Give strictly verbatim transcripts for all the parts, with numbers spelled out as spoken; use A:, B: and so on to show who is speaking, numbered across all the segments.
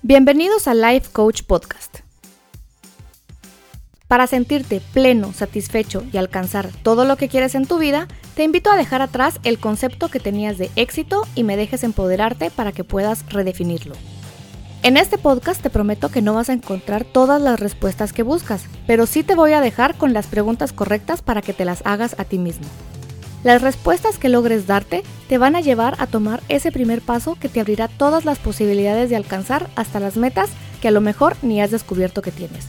A: Bienvenidos a Life Coach Podcast. Para sentirte pleno, satisfecho y alcanzar todo lo que quieres en tu vida, te invito a dejar atrás el concepto que tenías de éxito y me dejes empoderarte para que puedas redefinirlo. En este podcast te prometo que no vas a encontrar todas las respuestas que buscas, pero sí te voy a dejar con las preguntas correctas para que te las hagas a ti mismo. Las respuestas que logres darte te van a llevar a tomar ese primer paso que te abrirá todas las posibilidades de alcanzar hasta las metas que a lo mejor ni has descubierto que tienes.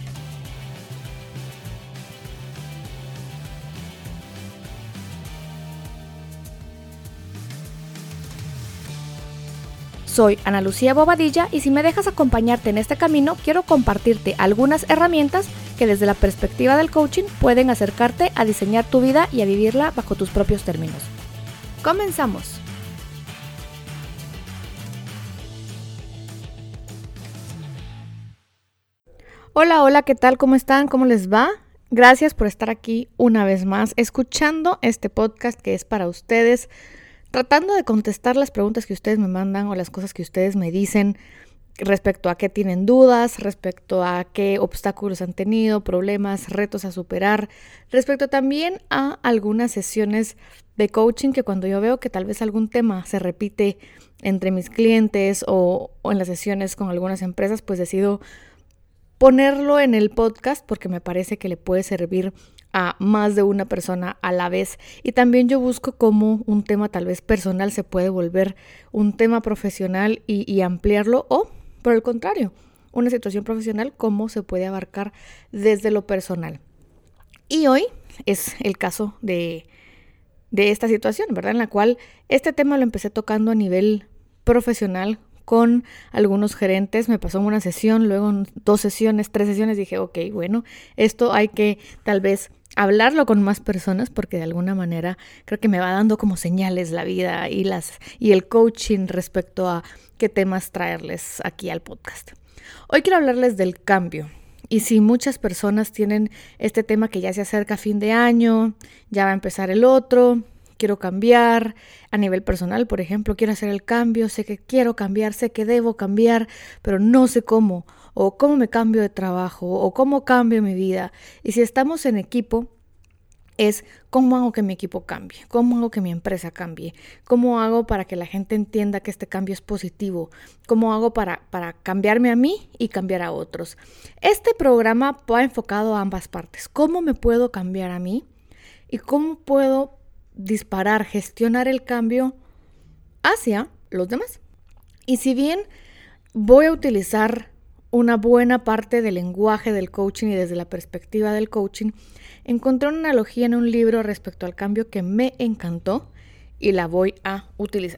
A: Soy Ana Lucía Bobadilla y si me dejas acompañarte en este camino, quiero compartirte algunas herramientas que desde la perspectiva del coaching pueden acercarte a diseñar tu vida y a vivirla bajo tus propios términos. ¡Comenzamos! Hola, hola, ¿qué tal? ¿Cómo están? ¿Cómo les va? Gracias por estar aquí una vez más, escuchando este podcast que es para ustedes, tratando de contestar las preguntas que ustedes me mandan o las cosas que ustedes me dicen respecto a qué tienen dudas, respecto a qué obstáculos han tenido, problemas, retos a superar, respecto también a algunas sesiones de coaching que cuando yo veo que tal vez algún tema se repite entre mis clientes o, o en las sesiones con algunas empresas, pues decido ponerlo en el podcast porque me parece que le puede servir a más de una persona a la vez. Y también yo busco cómo un tema tal vez personal se puede volver un tema profesional y, y ampliarlo, o por el contrario, una situación profesional, cómo se puede abarcar desde lo personal. Y hoy es el caso de, de esta situación, ¿verdad? En la cual este tema lo empecé tocando a nivel profesional con algunos gerentes. Me pasó en una sesión, luego en dos sesiones, tres sesiones, dije, ok, bueno, esto hay que tal vez hablarlo con más personas porque de alguna manera creo que me va dando como señales la vida y, las, y el coaching respecto a qué temas traerles aquí al podcast. Hoy quiero hablarles del cambio. Y si muchas personas tienen este tema que ya se acerca a fin de año, ya va a empezar el otro, quiero cambiar a nivel personal, por ejemplo, quiero hacer el cambio, sé que quiero cambiar, sé que debo cambiar, pero no sé cómo, o cómo me cambio de trabajo, o cómo cambio mi vida. Y si estamos en equipo, es cómo hago que mi equipo cambie, cómo hago que mi empresa cambie, cómo hago para que la gente entienda que este cambio es positivo, cómo hago para, para cambiarme a mí y cambiar a otros. Este programa va enfocado a ambas partes, cómo me puedo cambiar a mí y cómo puedo disparar, gestionar el cambio hacia los demás. Y si bien voy a utilizar una buena parte del lenguaje del coaching y desde la perspectiva del coaching, encontré una analogía en un libro respecto al cambio que me encantó y la voy a utilizar.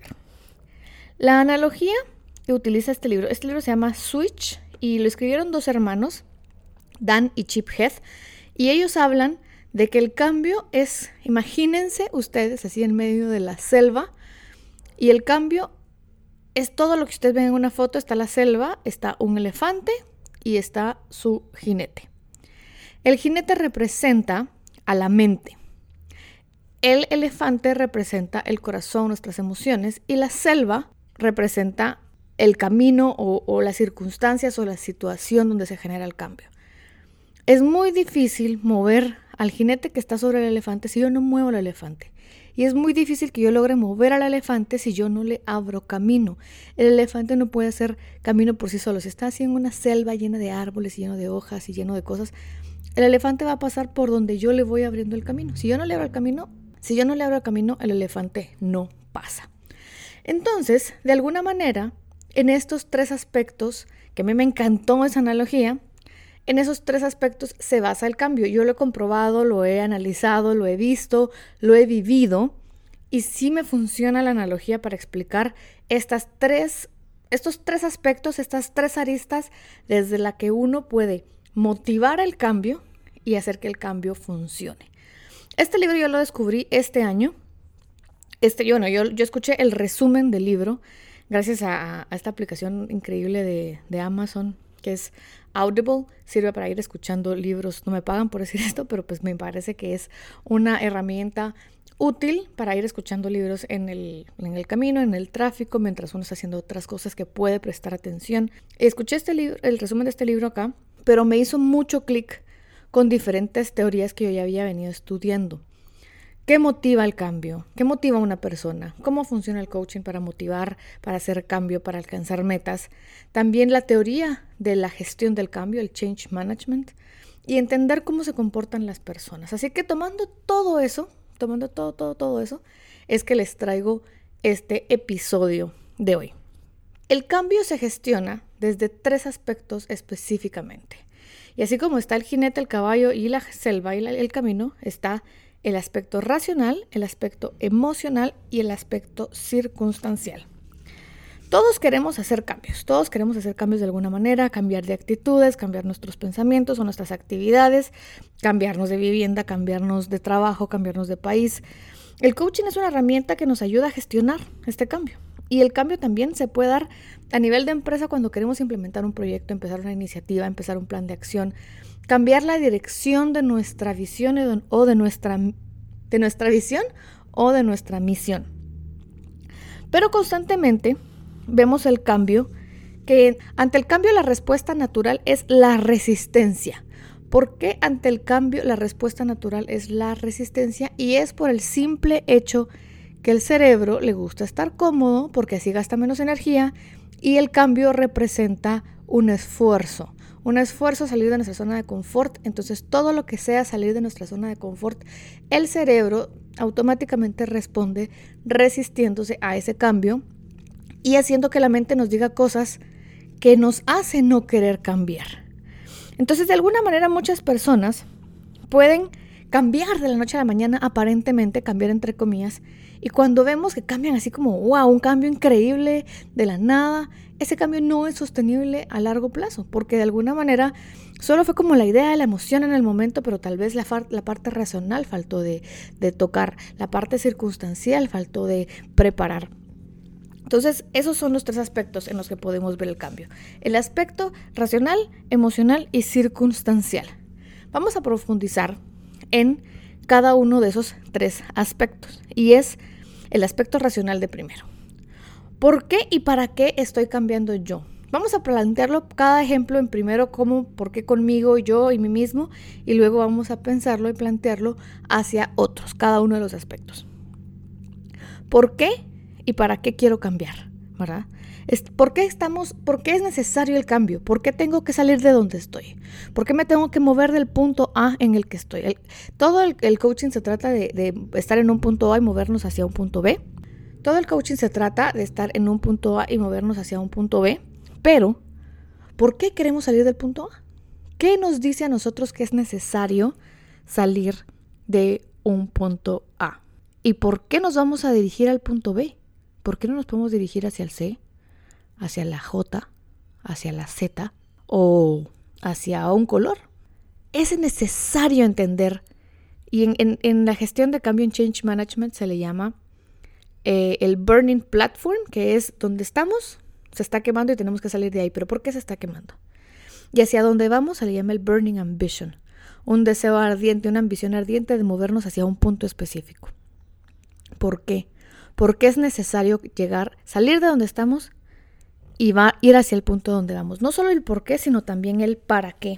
A: La analogía que utiliza este libro, este libro se llama Switch y lo escribieron dos hermanos, Dan y Chip Heath, y ellos hablan de que el cambio es, imagínense ustedes así en medio de la selva, y el cambio es todo lo que ustedes ven en una foto. Está la selva, está un elefante y está su jinete. El jinete representa a la mente. El elefante representa el corazón, nuestras emociones, y la selva representa el camino o, o las circunstancias o la situación donde se genera el cambio. Es muy difícil mover al jinete que está sobre el elefante si yo no muevo al elefante. Y es muy difícil que yo logre mover al elefante si yo no le abro camino. El elefante no puede hacer camino por sí solo. Si está así en una selva llena de árboles y lleno de hojas y lleno de cosas, el elefante va a pasar por donde yo le voy abriendo el camino. Si yo no le abro el camino, si yo no le abro el camino, el elefante no pasa. Entonces, de alguna manera, en estos tres aspectos, que a mí me encantó esa analogía, en esos tres aspectos se basa el cambio. Yo lo he comprobado, lo he analizado, lo he visto, lo he vivido y sí me funciona la analogía para explicar estas tres, estos tres aspectos, estas tres aristas desde la que uno puede motivar el cambio y hacer que el cambio funcione. Este libro yo lo descubrí este año. Este, yo, no, yo, yo escuché el resumen del libro gracias a, a esta aplicación increíble de, de Amazon que es Audible, sirve para ir escuchando libros. No me pagan por decir esto, pero pues me parece que es una herramienta útil para ir escuchando libros en el, en el camino, en el tráfico, mientras uno está haciendo otras cosas que puede prestar atención. Escuché este libro, el resumen de este libro acá, pero me hizo mucho clic con diferentes teorías que yo ya había venido estudiando. ¿Qué motiva el cambio? ¿Qué motiva a una persona? ¿Cómo funciona el coaching para motivar, para hacer cambio, para alcanzar metas? También la teoría de la gestión del cambio, el change management, y entender cómo se comportan las personas. Así que tomando todo eso, tomando todo, todo, todo eso, es que les traigo este episodio de hoy. El cambio se gestiona desde tres aspectos específicamente. Y así como está el jinete, el caballo y la selva y la, el camino, está el aspecto racional, el aspecto emocional y el aspecto circunstancial. Todos queremos hacer cambios, todos queremos hacer cambios de alguna manera, cambiar de actitudes, cambiar nuestros pensamientos o nuestras actividades, cambiarnos de vivienda, cambiarnos de trabajo, cambiarnos de país. El coaching es una herramienta que nos ayuda a gestionar este cambio. Y el cambio también se puede dar a nivel de empresa cuando queremos implementar un proyecto, empezar una iniciativa, empezar un plan de acción, cambiar la dirección de nuestra visión o de nuestra, de nuestra visión o de nuestra misión. Pero constantemente vemos el cambio, que ante el cambio la respuesta natural es la resistencia. ¿Por qué ante el cambio la respuesta natural es la resistencia? Y es por el simple hecho que el cerebro le gusta estar cómodo porque así gasta menos energía y el cambio representa un esfuerzo. Un esfuerzo a salir de nuestra zona de confort. Entonces todo lo que sea salir de nuestra zona de confort, el cerebro automáticamente responde resistiéndose a ese cambio y haciendo que la mente nos diga cosas que nos hacen no querer cambiar. Entonces, de alguna manera, muchas personas pueden cambiar de la noche a la mañana, aparentemente, cambiar entre comillas, y cuando vemos que cambian así como, wow, un cambio increíble de la nada, ese cambio no es sostenible a largo plazo, porque de alguna manera solo fue como la idea de la emoción en el momento, pero tal vez la, far- la parte racional faltó de, de tocar, la parte circunstancial faltó de preparar. Entonces, esos son los tres aspectos en los que podemos ver el cambio. El aspecto racional, emocional y circunstancial. Vamos a profundizar en cada uno de esos tres aspectos. Y es el aspecto racional de primero. ¿Por qué y para qué estoy cambiando yo? Vamos a plantearlo cada ejemplo en primero cómo, por qué conmigo, yo y mí mismo. Y luego vamos a pensarlo y plantearlo hacia otros, cada uno de los aspectos. ¿Por qué? ¿Y para qué quiero cambiar? ¿Verdad? Es, ¿por qué estamos, por qué es necesario el cambio? ¿Por qué tengo que salir de donde estoy? ¿Por qué me tengo que mover del punto A en el que estoy? El, todo el, el coaching se trata de, de estar en un punto A y movernos hacia un punto B. Todo el coaching se trata de estar en un punto A y movernos hacia un punto B. Pero, ¿por qué queremos salir del punto A? ¿Qué nos dice a nosotros que es necesario salir de un punto A? ¿Y por qué nos vamos a dirigir al punto B? ¿Por qué no nos podemos dirigir hacia el C, hacia la J, hacia la Z o hacia un color? Es necesario entender, y en, en, en la gestión de cambio en Change Management se le llama eh, el Burning Platform, que es donde estamos, se está quemando y tenemos que salir de ahí. ¿Pero por qué se está quemando? Y hacia dónde vamos se le llama el Burning Ambition, un deseo ardiente, una ambición ardiente de movernos hacia un punto específico. ¿Por qué? Porque es necesario llegar, salir de donde estamos y va, ir hacia el punto donde vamos. No solo el por qué, sino también el para qué.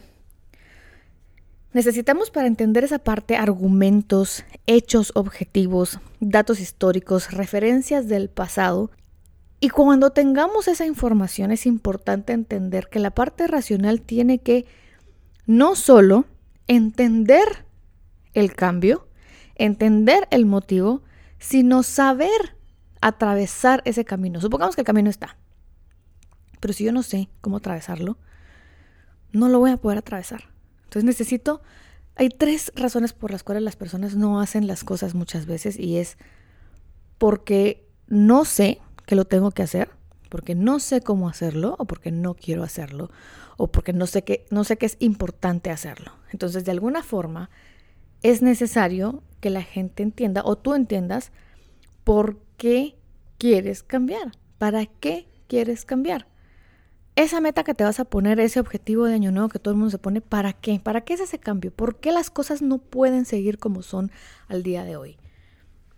A: Necesitamos para entender esa parte argumentos, hechos objetivos, datos históricos, referencias del pasado. Y cuando tengamos esa información es importante entender que la parte racional tiene que no solo entender el cambio, entender el motivo, sino saber atravesar ese camino. Supongamos que el camino está, pero si yo no sé cómo atravesarlo, no lo voy a poder atravesar. Entonces necesito, hay tres razones por las cuales las personas no hacen las cosas muchas veces, y es porque no sé que lo tengo que hacer, porque no sé cómo hacerlo, o porque no quiero hacerlo, o porque no sé que, no sé que es importante hacerlo. Entonces, de alguna forma, es necesario que la gente entienda, o tú entiendas, por qué quieres cambiar, para qué quieres cambiar. Esa meta que te vas a poner, ese objetivo de año nuevo que todo el mundo se pone, ¿para qué? ¿Para qué es ese cambio? ¿Por qué las cosas no pueden seguir como son al día de hoy?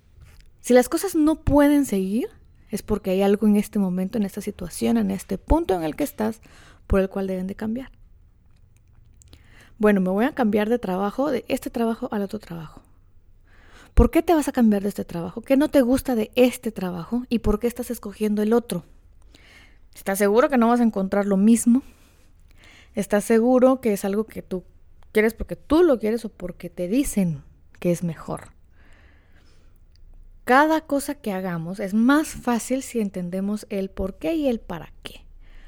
A: Si las cosas no pueden seguir, es porque hay algo en este momento, en esta situación, en este punto en el que estás, por el cual deben de cambiar. Bueno, me voy a cambiar de trabajo, de este trabajo al otro trabajo. ¿Por qué te vas a cambiar de este trabajo? ¿Qué no te gusta de este trabajo? ¿Y por qué estás escogiendo el otro? ¿Estás seguro que no vas a encontrar lo mismo? ¿Estás seguro que es algo que tú quieres porque tú lo quieres o porque te dicen que es mejor? Cada cosa que hagamos es más fácil si entendemos el por qué y el para qué.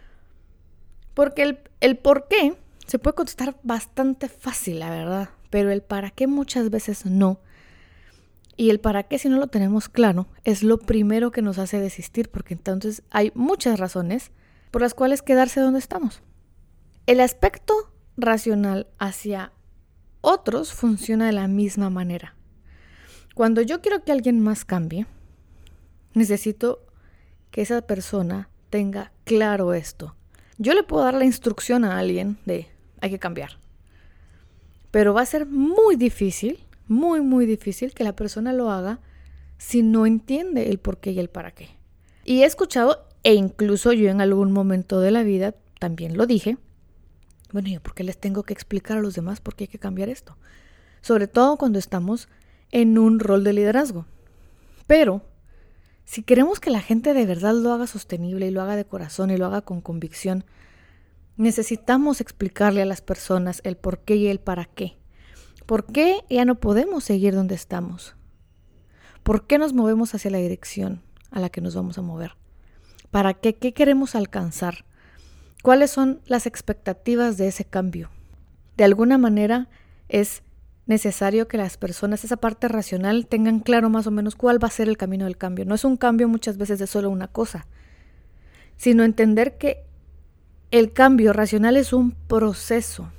A: Porque el, el por qué se puede contestar bastante fácil, la verdad, pero el para qué muchas veces no. Y el para qué, si no lo tenemos claro, es lo primero que nos hace desistir, porque entonces hay muchas razones por las cuales quedarse donde estamos. El aspecto racional hacia otros funciona de la misma manera. Cuando yo quiero que alguien más cambie, necesito que esa persona tenga claro esto. Yo le puedo dar la instrucción a alguien de hay que cambiar, pero va a ser muy difícil, muy, muy difícil que la persona lo haga si no entiende el por qué y el para qué. Y he escuchado, e incluso yo en algún momento de la vida también lo dije, bueno, ¿yo por qué les tengo que explicar a los demás por qué hay que cambiar esto? Sobre todo cuando estamos en un rol de liderazgo. Pero si queremos que la gente de verdad lo haga sostenible y lo haga de corazón y lo haga con convicción, necesitamos explicarle a las personas el por qué y el para qué. ¿Por qué ya no podemos seguir donde estamos? ¿Por qué nos movemos hacia la dirección a la que nos vamos a mover? ¿Para qué? ¿Qué queremos alcanzar? ¿Cuáles son las expectativas de ese cambio? De alguna manera es necesario que las personas, esa parte racional, tengan claro más o menos cuál va a ser el camino del cambio. No es un cambio muchas veces de solo una cosa, sino entender que el cambio racional es un proceso.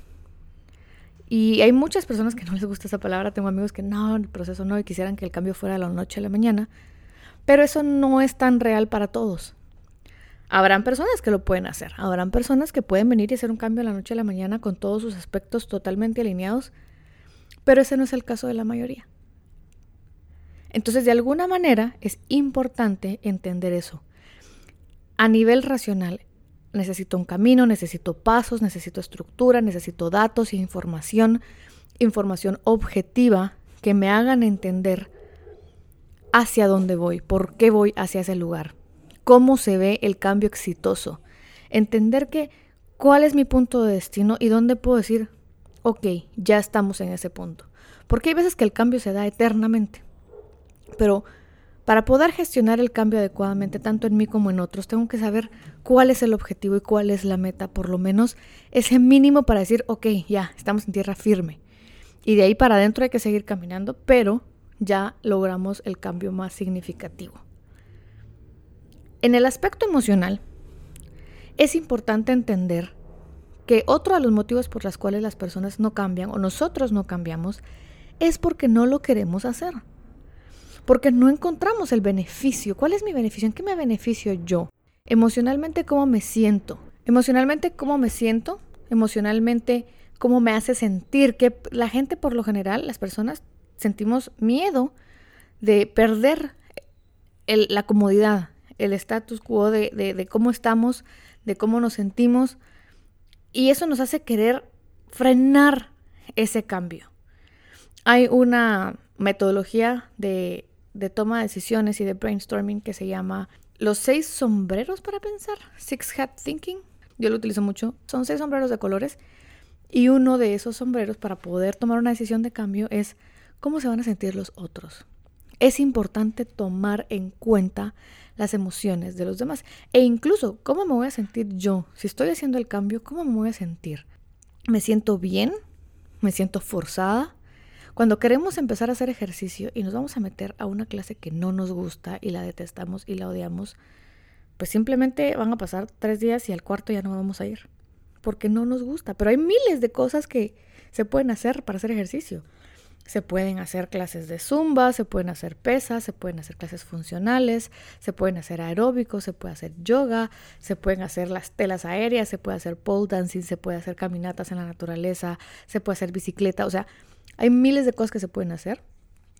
A: Y hay muchas personas que no les gusta esa palabra. Tengo amigos que no, el proceso no, y quisieran que el cambio fuera de la noche a la mañana. Pero eso no es tan real para todos. Habrán personas que lo pueden hacer. Habrán personas que pueden venir y hacer un cambio de la noche a la mañana con todos sus aspectos totalmente alineados. Pero ese no es el caso de la mayoría. Entonces, de alguna manera, es importante entender eso. A nivel racional, necesito un camino, necesito pasos, necesito estructura, necesito datos e información, información objetiva que me hagan entender hacia dónde voy, por qué voy hacia ese lugar, cómo se ve el cambio exitoso. Entender que cuál es mi punto de destino y dónde puedo decir, ok, ya estamos en ese punto. Porque hay veces que el cambio se da eternamente. Pero para poder gestionar el cambio adecuadamente, tanto en mí como en otros, tengo que saber cuál es el objetivo y cuál es la meta, por lo menos ese mínimo para decir, ok, ya, estamos en tierra firme. Y de ahí para adentro hay que seguir caminando, pero ya logramos el cambio más significativo. En el aspecto emocional, es importante entender que otro de los motivos por los cuales las personas no cambian o nosotros no cambiamos es porque no lo queremos hacer. Porque no encontramos el beneficio. ¿Cuál es mi beneficio? ¿En qué me beneficio yo? Emocionalmente, ¿cómo me siento? Emocionalmente, ¿cómo me siento? Emocionalmente, ¿cómo me hace sentir? Que la gente, por lo general, las personas, sentimos miedo de perder el, la comodidad, el status quo de, de, de cómo estamos, de cómo nos sentimos. Y eso nos hace querer frenar ese cambio. Hay una metodología de, de toma de decisiones y de brainstorming que se llama los seis sombreros para pensar, Six Hat Thinking. Yo lo utilizo mucho. Son seis sombreros de colores y uno de esos sombreros para poder tomar una decisión de cambio es cómo se van a sentir los otros. Es importante tomar en cuenta las emociones de los demás e incluso cómo me voy a sentir yo. Si estoy haciendo el cambio, ¿cómo me voy a sentir? ¿Me siento bien? ¿Me siento forzada? Cuando queremos empezar a hacer ejercicio y nos vamos a meter a una clase que no nos gusta y la detestamos y la odiamos, pues simplemente van a pasar tres días y al cuarto ya no vamos a ir, porque no nos gusta. Pero hay miles de cosas que se pueden hacer para hacer ejercicio. Se pueden hacer clases de zumba, se pueden hacer pesas, se pueden hacer clases funcionales, se pueden hacer aeróbicos, se puede hacer yoga, se pueden hacer las telas aéreas, se puede hacer pole dancing, se puede hacer caminatas en la naturaleza, se puede hacer bicicleta, o sea, hay miles de cosas que se pueden hacer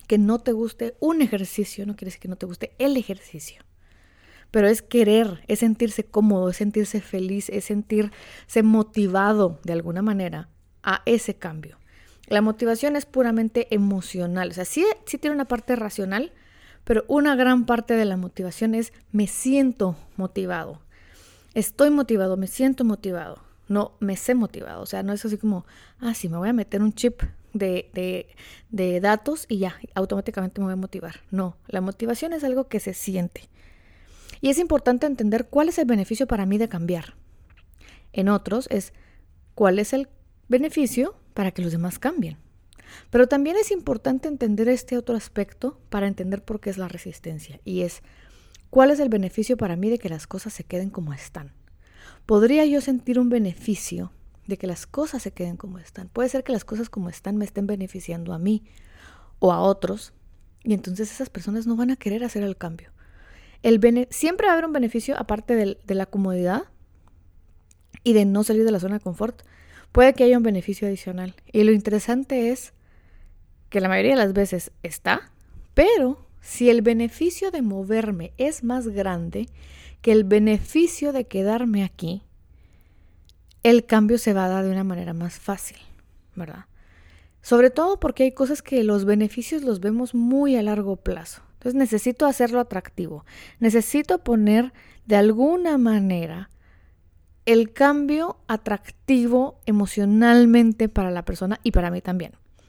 A: que no te guste un ejercicio no quiere decir que no te guste el ejercicio. Pero es querer, es sentirse cómodo, es sentirse feliz, es sentirse motivado de alguna manera a ese cambio. La motivación es puramente emocional. O sea, sí, sí tiene una parte racional, pero una gran parte de la motivación es me siento motivado. Estoy motivado, me siento motivado. No, me sé motivado. O sea, no es así como, ah, sí, me voy a meter un chip de, de, de datos y ya, automáticamente me voy a motivar. No, la motivación es algo que se siente. Y es importante entender cuál es el beneficio para mí de cambiar. En otros es cuál es el beneficio para que los demás cambien. Pero también es importante entender este otro aspecto para entender por qué es la resistencia. Y es cuál es el beneficio para mí de que las cosas se queden como están. ¿Podría yo sentir un beneficio de que las cosas se queden como están? Puede ser que las cosas como están me estén beneficiando a mí o a otros. Y entonces esas personas no van a querer hacer el cambio. El bene- siempre va a haber un beneficio aparte de, de la comodidad y de no salir de la zona de confort. Puede que haya un beneficio adicional. Y lo interesante es que la mayoría de las veces está, pero si el beneficio de moverme es más grande que el beneficio de quedarme aquí, el cambio se va a dar de una manera más fácil, ¿verdad? Sobre todo porque hay cosas que los beneficios los vemos muy a largo plazo. Entonces necesito hacerlo atractivo. Necesito poner de alguna manera el cambio atractivo emocionalmente para la persona y para mí también.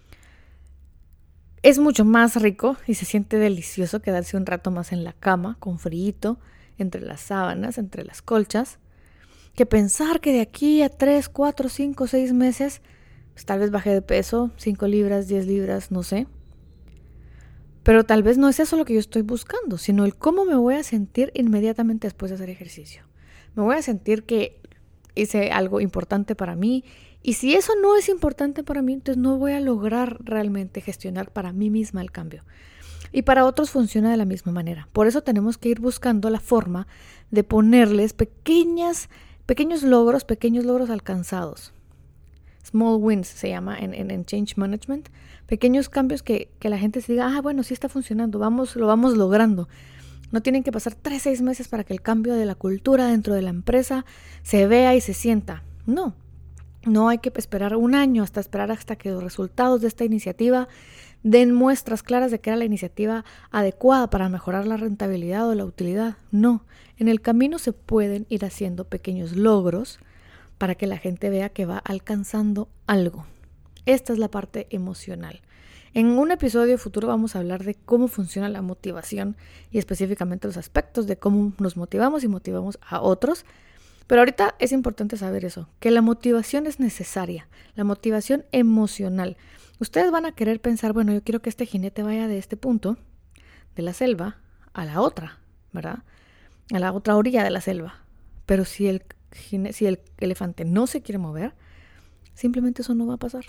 A: Es mucho más rico y se siente delicioso quedarse un rato más en la cama con frío, entre las sábanas, entre las colchas, que pensar que de aquí a tres, cuatro, cinco, seis meses, pues tal vez bajé de peso, cinco libras, diez libras, no sé. Pero tal vez no es eso lo que yo estoy buscando, sino el cómo me voy a sentir inmediatamente después de hacer ejercicio. Me voy a sentir que hice algo importante para mí. Y si eso no es importante para mí, entonces no voy a lograr realmente gestionar para mí misma el cambio. Y para otros funciona de la misma manera. Por eso tenemos que ir buscando la forma de ponerles pequeñas, pequeños logros, pequeños logros alcanzados. Small wins se llama en, en, en Change Management. Pequeños cambios que, que la gente se diga, ah, bueno, sí está funcionando, vamos, lo vamos logrando. No tienen que pasar tres, seis meses para que el cambio de la cultura dentro de la empresa se vea y se sienta. No, no hay que esperar un año hasta esperar hasta que los resultados de esta iniciativa den muestras claras de que era la iniciativa adecuada para mejorar la rentabilidad o la utilidad. No, en el camino se pueden ir haciendo pequeños logros para que la gente vea que va alcanzando algo. Esta es la parte emocional. En un episodio futuro vamos a hablar de cómo funciona la motivación y específicamente los aspectos de cómo nos motivamos y motivamos a otros. Pero ahorita es importante saber eso, que la motivación es necesaria, la motivación emocional. Ustedes van a querer pensar, bueno, yo quiero que este jinete vaya de este punto, de la selva, a la otra, ¿verdad? A la otra orilla de la selva. Pero si el, si el elefante no se quiere mover, simplemente eso no va a pasar.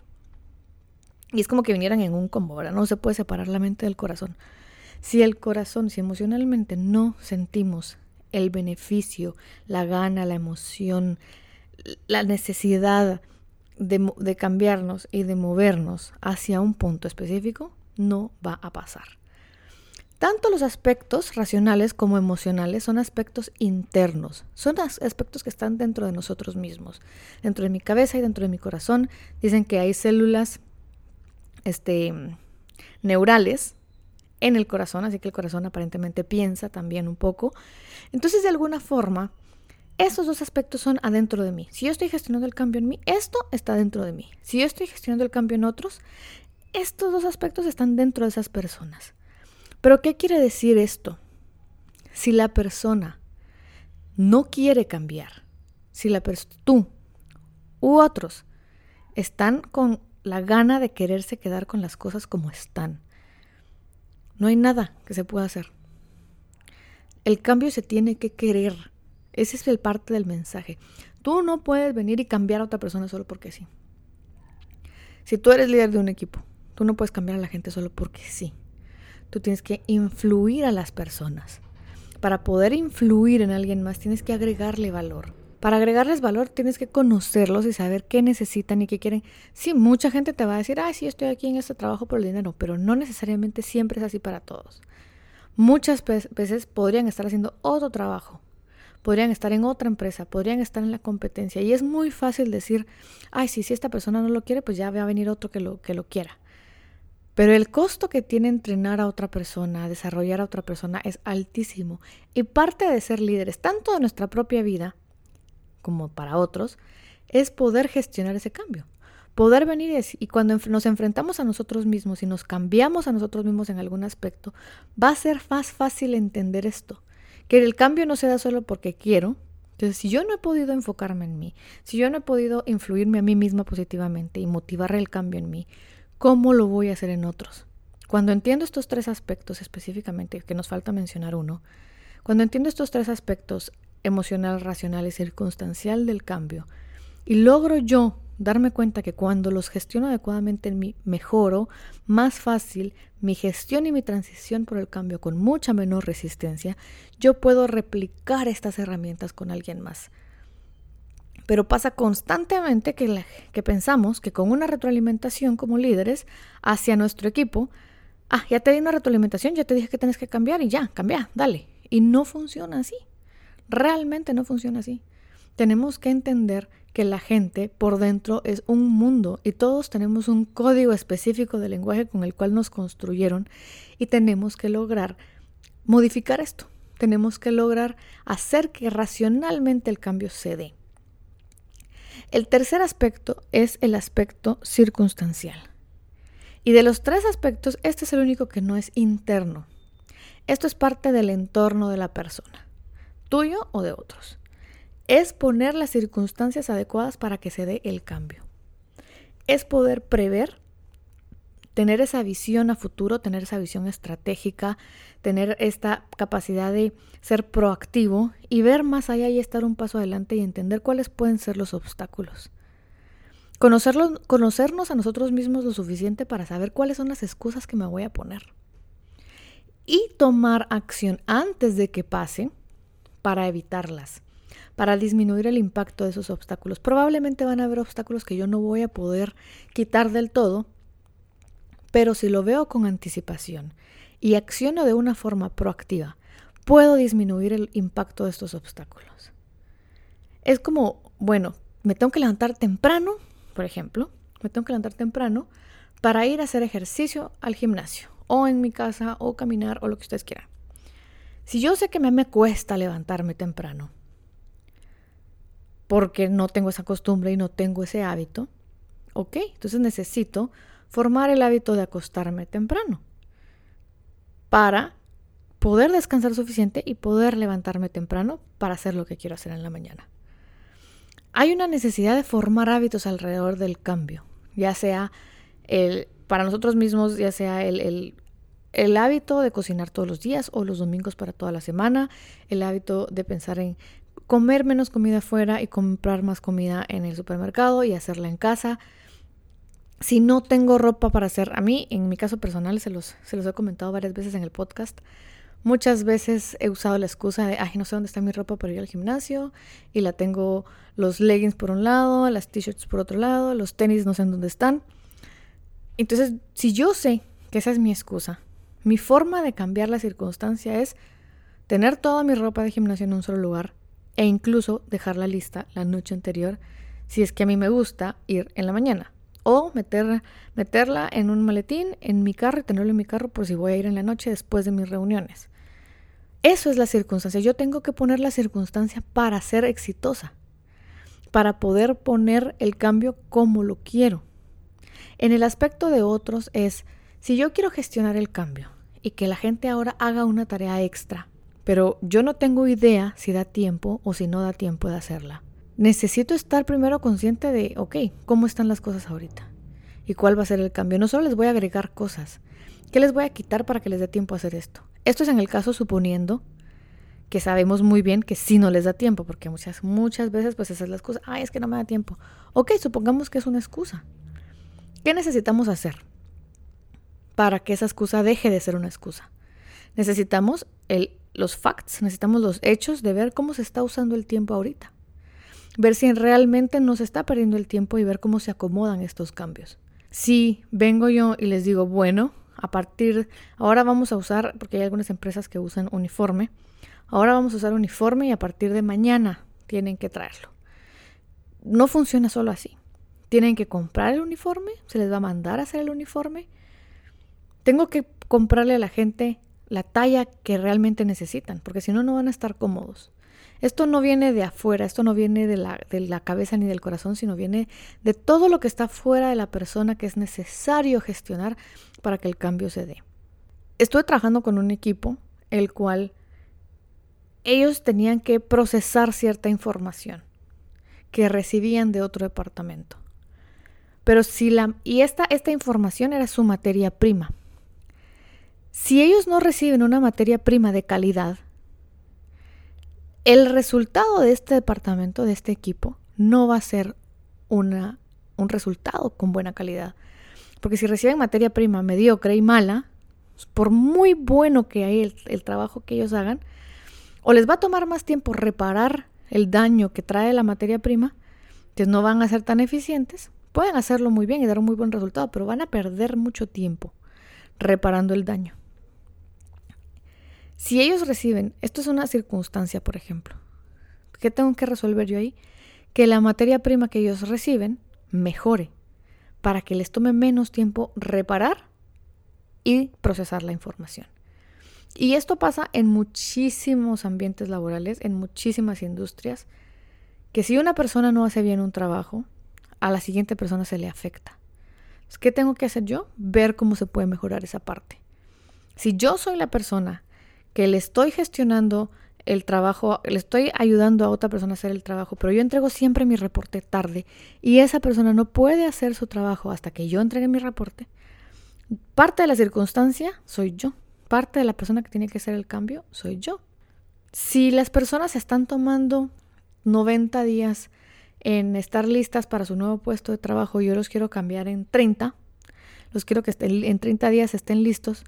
A: Y es como que vinieran en un combo, ¿verdad? No se puede separar la mente del corazón. Si el corazón, si emocionalmente no sentimos el beneficio, la gana, la emoción, la necesidad de, de cambiarnos y de movernos hacia un punto específico, no va a pasar. Tanto los aspectos racionales como emocionales son aspectos internos, son aspectos que están dentro de nosotros mismos, dentro de mi cabeza y dentro de mi corazón. Dicen que hay células este, neurales en el corazón, así que el corazón aparentemente piensa también un poco. Entonces, de alguna forma, esos dos aspectos son adentro de mí. Si yo estoy gestionando el cambio en mí, esto está dentro de mí. Si yo estoy gestionando el cambio en otros, estos dos aspectos están dentro de esas personas. ¿Pero qué quiere decir esto? Si la persona no quiere cambiar, si la pers- tú u otros están con la gana de quererse quedar con las cosas como están, no hay nada que se pueda hacer. El cambio se tiene que querer. Ese es el parte del mensaje. Tú no puedes venir y cambiar a otra persona solo porque sí. Si tú eres líder de un equipo, tú no puedes cambiar a la gente solo porque sí. Tú tienes que influir a las personas. Para poder influir en alguien más, tienes que agregarle valor. Para agregarles valor tienes que conocerlos y saber qué necesitan y qué quieren. Sí, mucha gente te va a decir, ay, sí, estoy aquí en este trabajo por el dinero, pero no necesariamente siempre es así para todos. Muchas veces podrían estar haciendo otro trabajo, podrían estar en otra empresa, podrían estar en la competencia. Y es muy fácil decir, ay, sí, si esta persona no lo quiere, pues ya va a venir otro que lo, que lo quiera. Pero el costo que tiene entrenar a otra persona, desarrollar a otra persona, es altísimo. Y parte de ser líderes, tanto de nuestra propia vida como para otros, es poder gestionar ese cambio. Poder venir y, y cuando nos enfrentamos a nosotros mismos y nos cambiamos a nosotros mismos en algún aspecto, va a ser más fácil entender esto. Que el cambio no se da solo porque quiero. Entonces, si yo no he podido enfocarme en mí, si yo no he podido influirme a mí misma positivamente y motivar el cambio en mí, ¿cómo lo voy a hacer en otros? Cuando entiendo estos tres aspectos específicamente, que nos falta mencionar uno, cuando entiendo estos tres aspectos, emocional, racional y circunstancial del cambio, y logro yo darme cuenta que cuando los gestiono adecuadamente en mí, mejoro más fácil mi gestión y mi transición por el cambio con mucha menor resistencia, yo puedo replicar estas herramientas con alguien más. Pero pasa constantemente que, la, que pensamos que con una retroalimentación como líderes hacia nuestro equipo, ah, ya te di una retroalimentación, ya te dije que tienes que cambiar y ya, cambia, dale. Y no funciona así. Realmente no funciona así. Tenemos que entender que la gente por dentro es un mundo y todos tenemos un código específico de lenguaje con el cual nos construyeron y tenemos que lograr modificar esto. Tenemos que lograr hacer que racionalmente el cambio se dé. El tercer aspecto es el aspecto circunstancial. Y de los tres aspectos, este es el único que no es interno. Esto es parte del entorno de la persona, tuyo o de otros. Es poner las circunstancias adecuadas para que se dé el cambio. Es poder prever, tener esa visión a futuro, tener esa visión estratégica, tener esta capacidad de ser proactivo y ver más allá y estar un paso adelante y entender cuáles pueden ser los obstáculos. Conocerlos, conocernos a nosotros mismos lo suficiente para saber cuáles son las excusas que me voy a poner. Y tomar acción antes de que pase para evitarlas, para disminuir el impacto de esos obstáculos. Probablemente van a haber obstáculos que yo no voy a poder quitar del todo, pero si lo veo con anticipación y acciono de una forma proactiva, puedo disminuir el impacto de estos obstáculos. Es como, bueno, me tengo que levantar temprano, por ejemplo, me tengo que levantar temprano para ir a hacer ejercicio al gimnasio, o en mi casa, o caminar, o lo que ustedes quieran. Si yo sé que me, me cuesta levantarme temprano, porque no tengo esa costumbre y no tengo ese hábito, ok, entonces necesito formar el hábito de acostarme temprano para poder descansar suficiente y poder levantarme temprano para hacer lo que quiero hacer en la mañana. Hay una necesidad de formar hábitos alrededor del cambio, ya sea el, para nosotros mismos, ya sea el, el, el hábito de cocinar todos los días o los domingos para toda la semana, el hábito de pensar en comer menos comida afuera y comprar más comida en el supermercado y hacerla en casa. Si no tengo ropa para hacer, a mí, en mi caso personal, se los, se los he comentado varias veces en el podcast, muchas veces he usado la excusa de, ay, no sé dónde está mi ropa para ir al gimnasio y la tengo los leggings por un lado, las t-shirts por otro lado, los tenis no sé en dónde están. Entonces, si yo sé que esa es mi excusa, mi forma de cambiar la circunstancia es tener toda mi ropa de gimnasio en un solo lugar e incluso dejarla lista la noche anterior si es que a mí me gusta ir en la mañana. O meter, meterla en un maletín en mi carro y tenerlo en mi carro por si voy a ir en la noche después de mis reuniones. Eso es la circunstancia. Yo tengo que poner la circunstancia para ser exitosa, para poder poner el cambio como lo quiero. En el aspecto de otros es, si yo quiero gestionar el cambio y que la gente ahora haga una tarea extra, pero yo no tengo idea si da tiempo o si no da tiempo de hacerla. Necesito estar primero consciente de, ok, ¿cómo están las cosas ahorita? ¿Y cuál va a ser el cambio? No solo les voy a agregar cosas. ¿Qué les voy a quitar para que les dé tiempo a hacer esto? Esto es en el caso suponiendo que sabemos muy bien que sí no les da tiempo, porque muchas, muchas veces pues esa es la excusa. Ay, es que no me da tiempo. Ok, supongamos que es una excusa. ¿Qué necesitamos hacer para que esa excusa deje de ser una excusa? Necesitamos el, los facts, necesitamos los hechos de ver cómo se está usando el tiempo ahorita. ver si realmente no se está perdiendo el tiempo y ver cómo se acomodan estos cambios. Si vengo yo y les digo, bueno, a partir, ahora vamos a usar, porque hay algunas empresas que usan uniforme, ahora vamos a usar uniforme y a partir de mañana tienen que traerlo. No funciona solo así. Tienen que comprar el uniforme, se les va a mandar a hacer el uniforme. Tengo que comprarle a la gente la talla que realmente necesitan, porque si no, no van a estar cómodos. Esto no viene de afuera, esto no viene de la, de la cabeza ni del corazón, sino viene de todo lo que está fuera de la persona que es necesario gestionar para que el cambio se dé. Estuve trabajando con un equipo, el cual ellos tenían que procesar cierta información que recibían de otro departamento. Pero si la, y esta, esta información era su materia prima. Si ellos no reciben una materia prima de calidad, el resultado de este departamento, de este equipo, no va a ser una, un resultado con buena calidad. Porque si reciben materia prima mediocre y mala, por muy bueno que haya el, el trabajo que ellos hagan, o les va a tomar más tiempo reparar el daño que trae la materia prima, entonces no van a ser tan eficientes. Pueden hacerlo muy bien y dar un muy buen resultado, pero van a perder mucho tiempo reparando el daño. Si ellos reciben, esto es una circunstancia, por ejemplo, ¿qué tengo que resolver yo ahí? Que la materia prima que ellos reciben mejore para que les tome menos tiempo reparar y procesar la información. Y esto pasa en muchísimos ambientes laborales, en muchísimas industrias, que si una persona no hace bien un trabajo, a la siguiente persona se le afecta. ¿Qué tengo que hacer yo? Ver cómo se puede mejorar esa parte. Si yo soy la persona que le estoy gestionando el trabajo, le estoy ayudando a otra persona a hacer el trabajo, pero yo entrego siempre mi reporte tarde y esa persona no puede hacer su trabajo hasta que yo entregue mi reporte, parte de la circunstancia soy yo. Parte de la persona que tiene que hacer el cambio soy yo. Si las personas están tomando noventa días en estar listas para su nuevo puesto de trabajo, yo los quiero cambiar en treinta, los quiero que estén, en treinta días estén listos.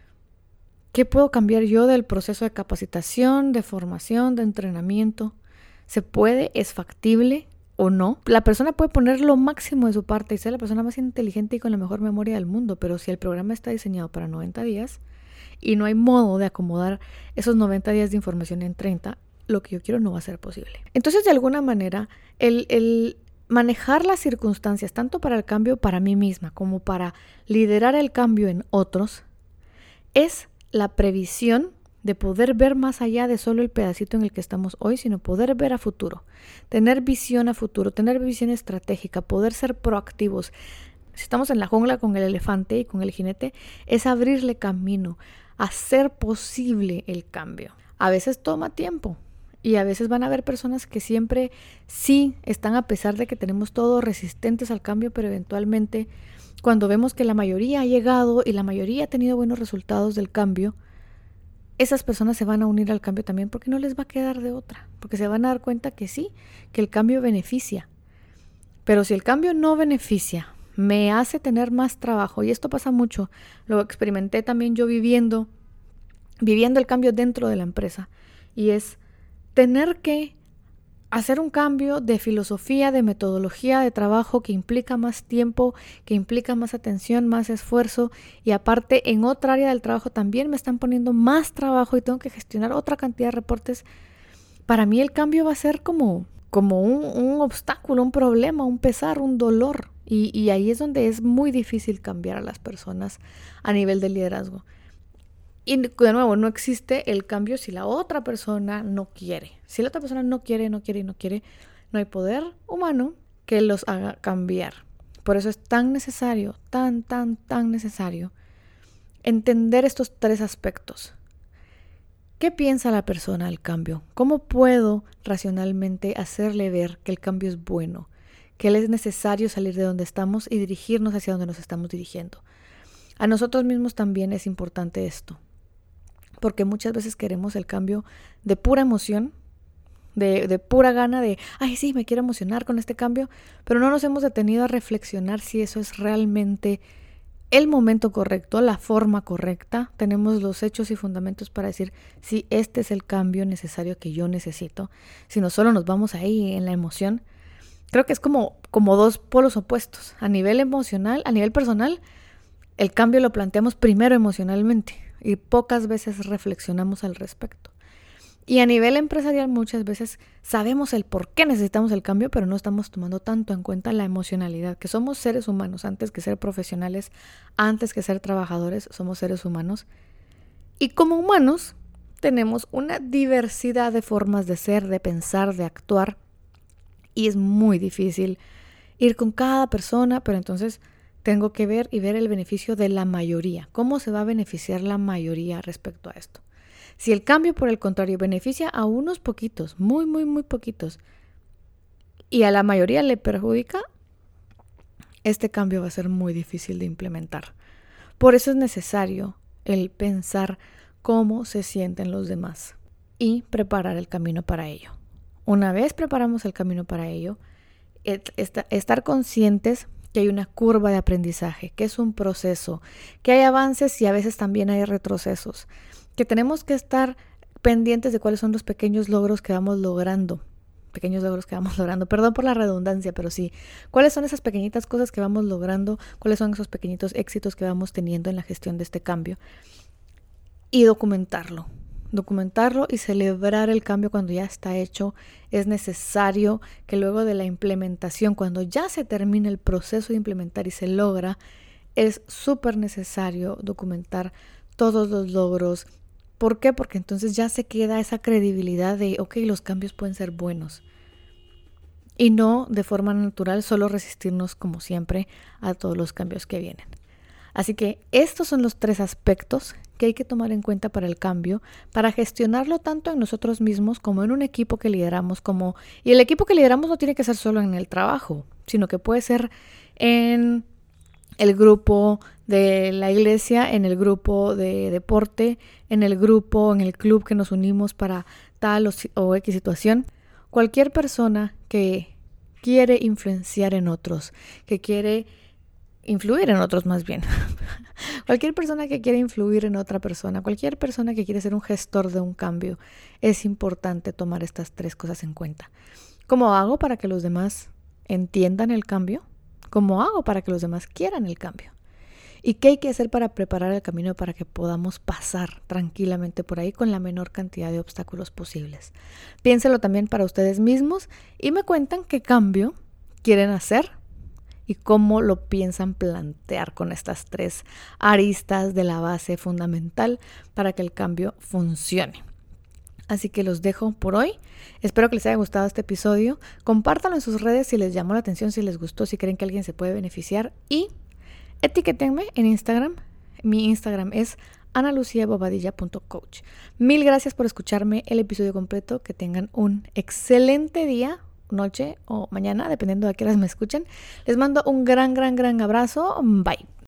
A: ¿Qué puedo cambiar yo del proceso de capacitación, de formación, de entrenamiento? ¿Se puede? ¿Es factible o no? La persona puede poner lo máximo de su parte y ser la persona más inteligente y con la mejor memoria del mundo, pero si el programa está diseñado para noventa días y no hay modo de acomodar esos noventa días de información en treinta, lo que yo quiero no va a ser posible. Entonces, de alguna manera, el, el manejar las circunstancias, tanto para el cambio para mí misma como para liderar el cambio en otros, es la previsión de poder ver más allá de solo el pedacito en el que estamos hoy, sino poder ver a futuro, tener visión a futuro, tener visión estratégica, poder ser proactivos. Si estamos en la jungla con el elefante y con el jinete, es abrirle camino, hacer posible el cambio. A veces toma tiempo. Y a veces van a haber personas que siempre sí están, a pesar de que tenemos todos resistentes al cambio, pero eventualmente cuando vemos que la mayoría ha llegado y la mayoría ha tenido buenos resultados del cambio, esas personas se van a unir al cambio también porque no les va a quedar de otra, porque se van a dar cuenta que sí, que el cambio beneficia. Pero si el cambio no beneficia, me hace tener más trabajo, y esto pasa mucho, lo experimenté también yo viviendo, viviendo el cambio dentro de la empresa, y es tener que hacer un cambio de filosofía, de metodología de trabajo que implica más tiempo, que implica más atención, más esfuerzo, y aparte en otra área del trabajo también me están poniendo más trabajo y tengo que gestionar otra cantidad de reportes. Para mí el cambio va a ser como, como un, un obstáculo, un problema, un pesar, un dolor, y, y ahí es donde es muy difícil cambiar a las personas a nivel de liderazgo. Y de nuevo, no existe el cambio si la otra persona no quiere. Si la otra persona no quiere, no quiere y no quiere, no hay poder humano que los haga cambiar. Por eso es tan necesario, tan, tan, tan necesario entender estos tres aspectos. ¿Qué piensa la persona del cambio? ¿Cómo puedo racionalmente hacerle ver que el cambio es bueno? Que es necesario salir de donde estamos y dirigirnos hacia donde nos estamos dirigiendo. A nosotros mismos también es importante esto. Porque muchas veces queremos el cambio de pura emoción, de, de pura gana de, ay sí, me quiero emocionar con este cambio, pero no nos hemos detenido a reflexionar si eso es realmente el momento correcto, la forma correcta, tenemos los hechos y fundamentos para decir si este es el cambio necesario que yo necesito. Si no solo nos vamos ahí en la emoción, creo que es como, como dos polos opuestos. A nivel emocional, a nivel personal, el cambio lo planteamos primero emocionalmente y pocas veces reflexionamos al respecto. Y a nivel empresarial muchas veces sabemos el por qué necesitamos el cambio, pero no estamos tomando tanto en cuenta la emocionalidad, que somos seres humanos antes que ser profesionales, antes que ser trabajadores, somos seres humanos. Y como humanos tenemos una diversidad de formas de ser, de pensar, de actuar, y es muy difícil ir con cada persona, pero entonces tengo que ver y ver el beneficio de la mayoría. ¿Cómo se va a beneficiar la mayoría respecto a esto? Si el cambio, por el contrario, beneficia a unos poquitos, muy, muy, muy poquitos, y a la mayoría le perjudica, este cambio va a ser muy difícil de implementar. Por eso es necesario el pensar cómo se sienten los demás y preparar el camino para ello. Una vez preparamos el camino para ello, estar conscientes que hay una curva de aprendizaje, que es un proceso, que hay avances y a veces también hay retrocesos, que tenemos que estar pendientes de cuáles son los pequeños logros que vamos logrando, pequeños logros que vamos logrando, perdón por la redundancia, pero sí, cuáles son esas pequeñitas cosas que vamos logrando, cuáles son esos pequeñitos éxitos que vamos teniendo en la gestión de este cambio y documentarlo. Documentarlo y celebrar el cambio cuando ya está hecho. Es necesario que luego de la implementación, cuando ya se termina el proceso de implementar y se logra, es súper necesario documentar todos los logros. ¿Por qué? Porque entonces ya se queda esa credibilidad de, ok, los cambios pueden ser buenos. Y no de forma natural solo resistirnos como siempre a todos los cambios que vienen. Así que estos son los tres aspectos que hay que tomar en cuenta para el cambio, para gestionarlo tanto en nosotros mismos como en un equipo que lideramos. Como, y el equipo que lideramos no tiene que ser solo en el trabajo, sino que puede ser en el grupo de la iglesia, en el grupo de deporte, en el grupo, en el club que nos unimos para tal o, o X situación. Cualquier persona que quiere influenciar en otros, que quiere influir en otros más bien. Cualquier persona que quiere influir en otra persona, cualquier persona que quiere ser un gestor de un cambio, es importante tomar estas tres cosas en cuenta. ¿Cómo hago para que los demás entiendan el cambio? ¿Cómo hago para que los demás quieran el cambio? ¿Y qué hay que hacer para preparar el camino para que podamos pasar tranquilamente por ahí con la menor cantidad de obstáculos posibles? Piénselo también para ustedes mismos y me cuentan qué cambio quieren hacer y cómo lo piensan plantear con estas tres aristas de la base fundamental para que el cambio funcione. Así que los dejo por hoy. Espero que les haya gustado este episodio. Compártanlo en sus redes si les llamó la atención, si les gustó, si creen que alguien se puede beneficiar. Y etiquétenme en Instagram. Mi Instagram es ana lucia bobadilla punto coach. Mil gracias por escucharme el episodio completo. Que tengan un excelente día, noche o mañana, dependiendo de a qué horas me escuchen. Les mando un gran, gran, gran abrazo. Bye.